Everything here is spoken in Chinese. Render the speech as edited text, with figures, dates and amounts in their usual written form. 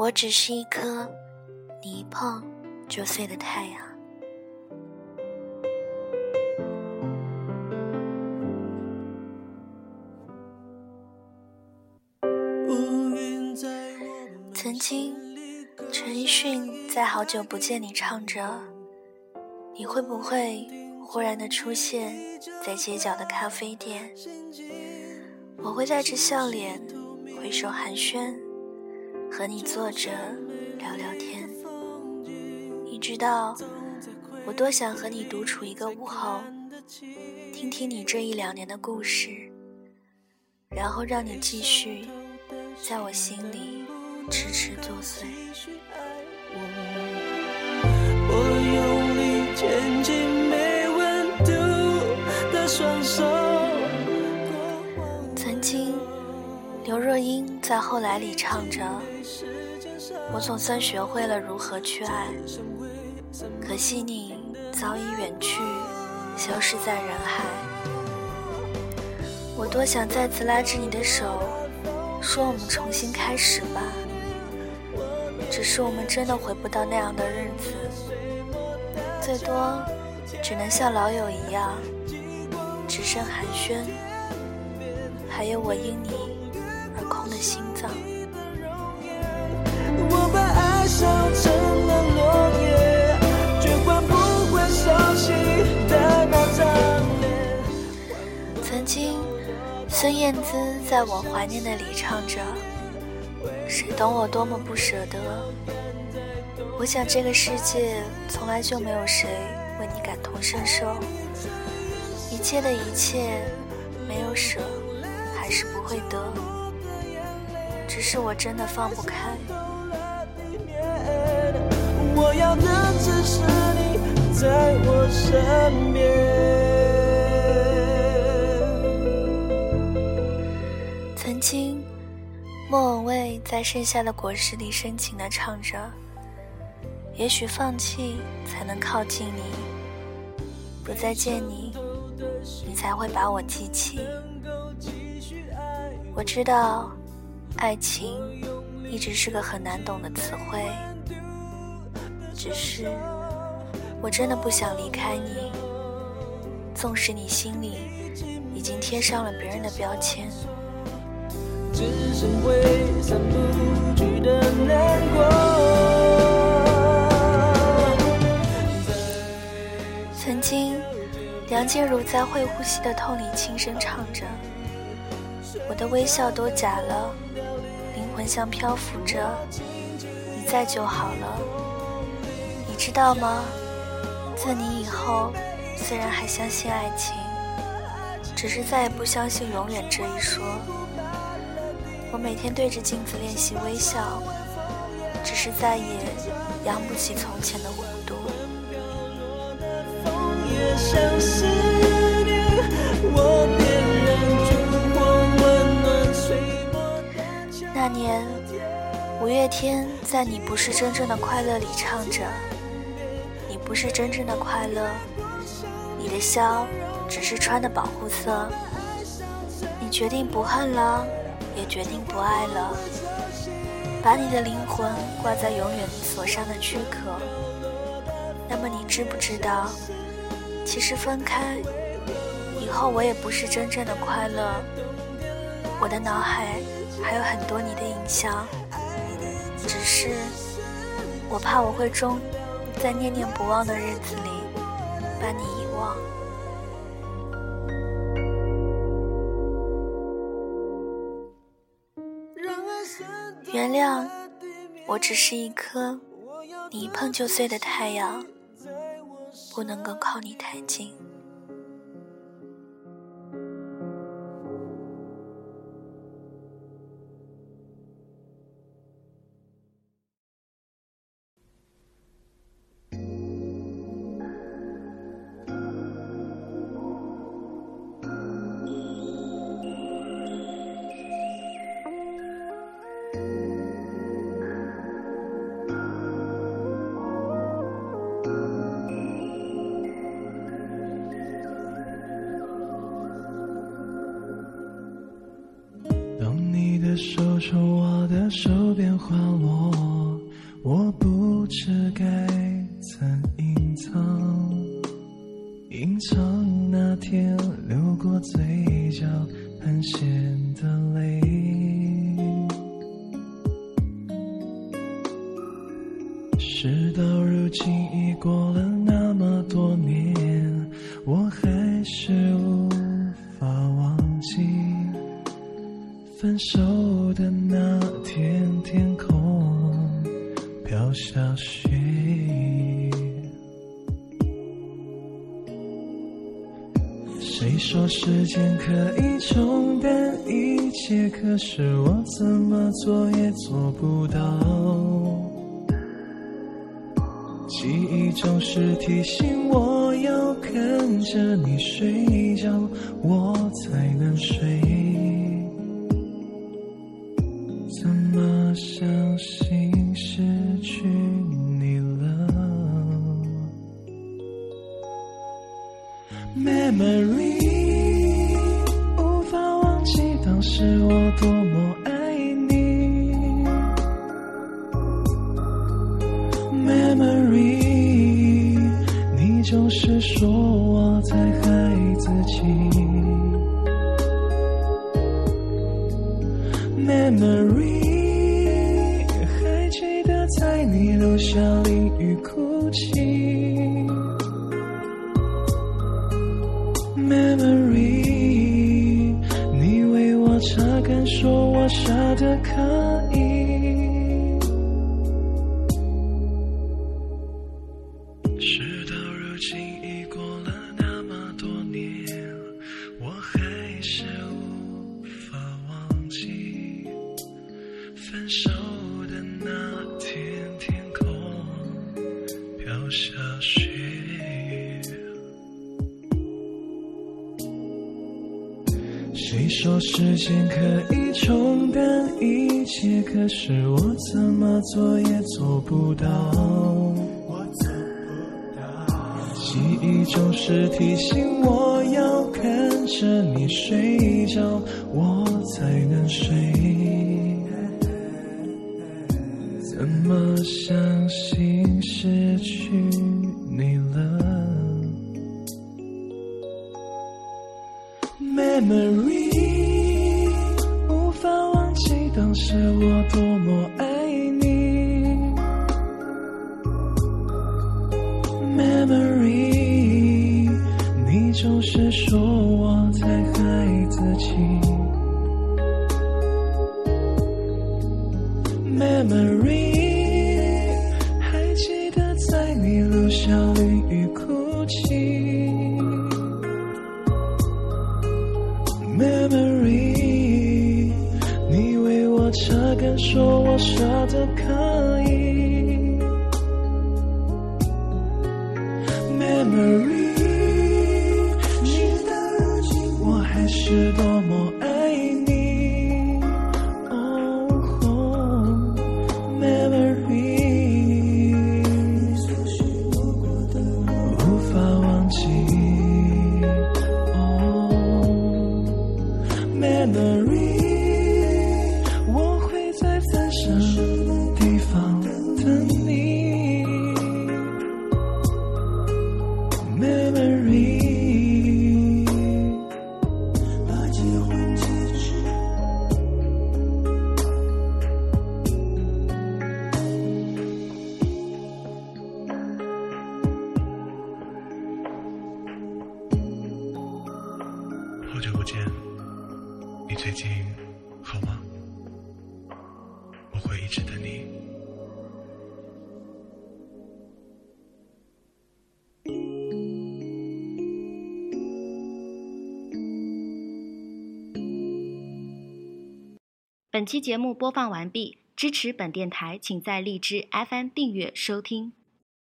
我只是一颗你一碰就碎的太阳。曾经陈奕迅在好久不见你唱着，你会不会忽然的出现在街角的咖啡店，我会带着笑脸挥手寒暄，和你坐着聊聊天。你知道我多想和你独处一个午后，听听你这1-2年的故事，然后让你继续在我心里痴痴作祟。 我用力牵紧没温度的双手。 曾经刘若英在后来里唱着，我总算学会了如何去爱，可惜你早已远去，消失在人海。我多想再次拉着你的手，说我们重新开始吧，只是我们真的回不到那样的日子，最多只能像老友一样只剩寒暄，还有我因你而空的心脏。 我把爱烧成了落叶，却换不回熟悉的那张脸。 曾经孙燕姿在我怀念的里唱着，谁懂我多么不舍得。我想这个世界从来就没有谁为你感同身受，一切的一切没有舍还是不会得，只是我真的放不开。 我要的只是你在我身边。 曾经莫文蔚在盛夏的果实里深情地唱着，也许放弃才能靠近你，不再见你，你才会把我记起。我知道爱情一直是个很难懂的词汇，只是我真的不想离开你，纵使你心里已经贴上了别人的标签。 只剩挥散不去的难过。 曾经梁静茹在会呼吸的痛里轻声唱着，我的微笑都假了，灵魂像漂浮着，你在就好了。你知道吗，自你以后虽然还相信爱情，只是再也不相信永远这一说。我每天对着镜子练习微笑，只是再也扬不起从前的弧度。那年五月天在你不是真正的快乐里唱着，你不是真正的快乐，你的笑只是穿的保护色，你决定不恨了，也决定不爱了，把你的灵魂挂在永远锁上的躯壳。那么你知不知道，其实分开以后我也不是真正的快乐，我的脑海还有很多你的影像，只是我怕我会终在念念不忘的日子里把你遗忘。原谅我只是一颗你一碰就碎的太阳，不能够靠你太近。 手从我的手边滑落， 咸的泪。事到如今已过了那么多年，我还是无法忘记分手的那天，天空飘下雪。谁说时间可以冲淡一切，可是我怎么做也做不到。记忆总是提醒我要看着你睡觉，我才能睡。怎么相信失去你了 ？Memory 无法忘记当时我多么爱你。Memory 你总是说我在害自己。Memory 还记得在你楼下淋雨哭泣。Memory 你为我擦干，说我傻得可以。事到如今已过了那么多年，我还是无法忘记分手的那天，天空飘下雪。谁说时间可以冲淡一切，可是我怎么做也做不到。记忆总是提醒我要看着你睡觉，我才能睡。怎么相信失去你了 ？Memory 无法忘记当时我多么爱你。Memory 你总是说我在害自己。Memory 还记得在你楼下淋雨哭泣。Memory 你为我擦干，说我傻得可以。Memory 直到如今我还是多么爱你。Memory 无法忘记。Memory 我会在分手的地方等你。Memory 把结婚戒指好久不见，你最近好吗？我会一直等你。 本期节目播放完毕，支持本电台，请在荔枝 FM 订阅收听。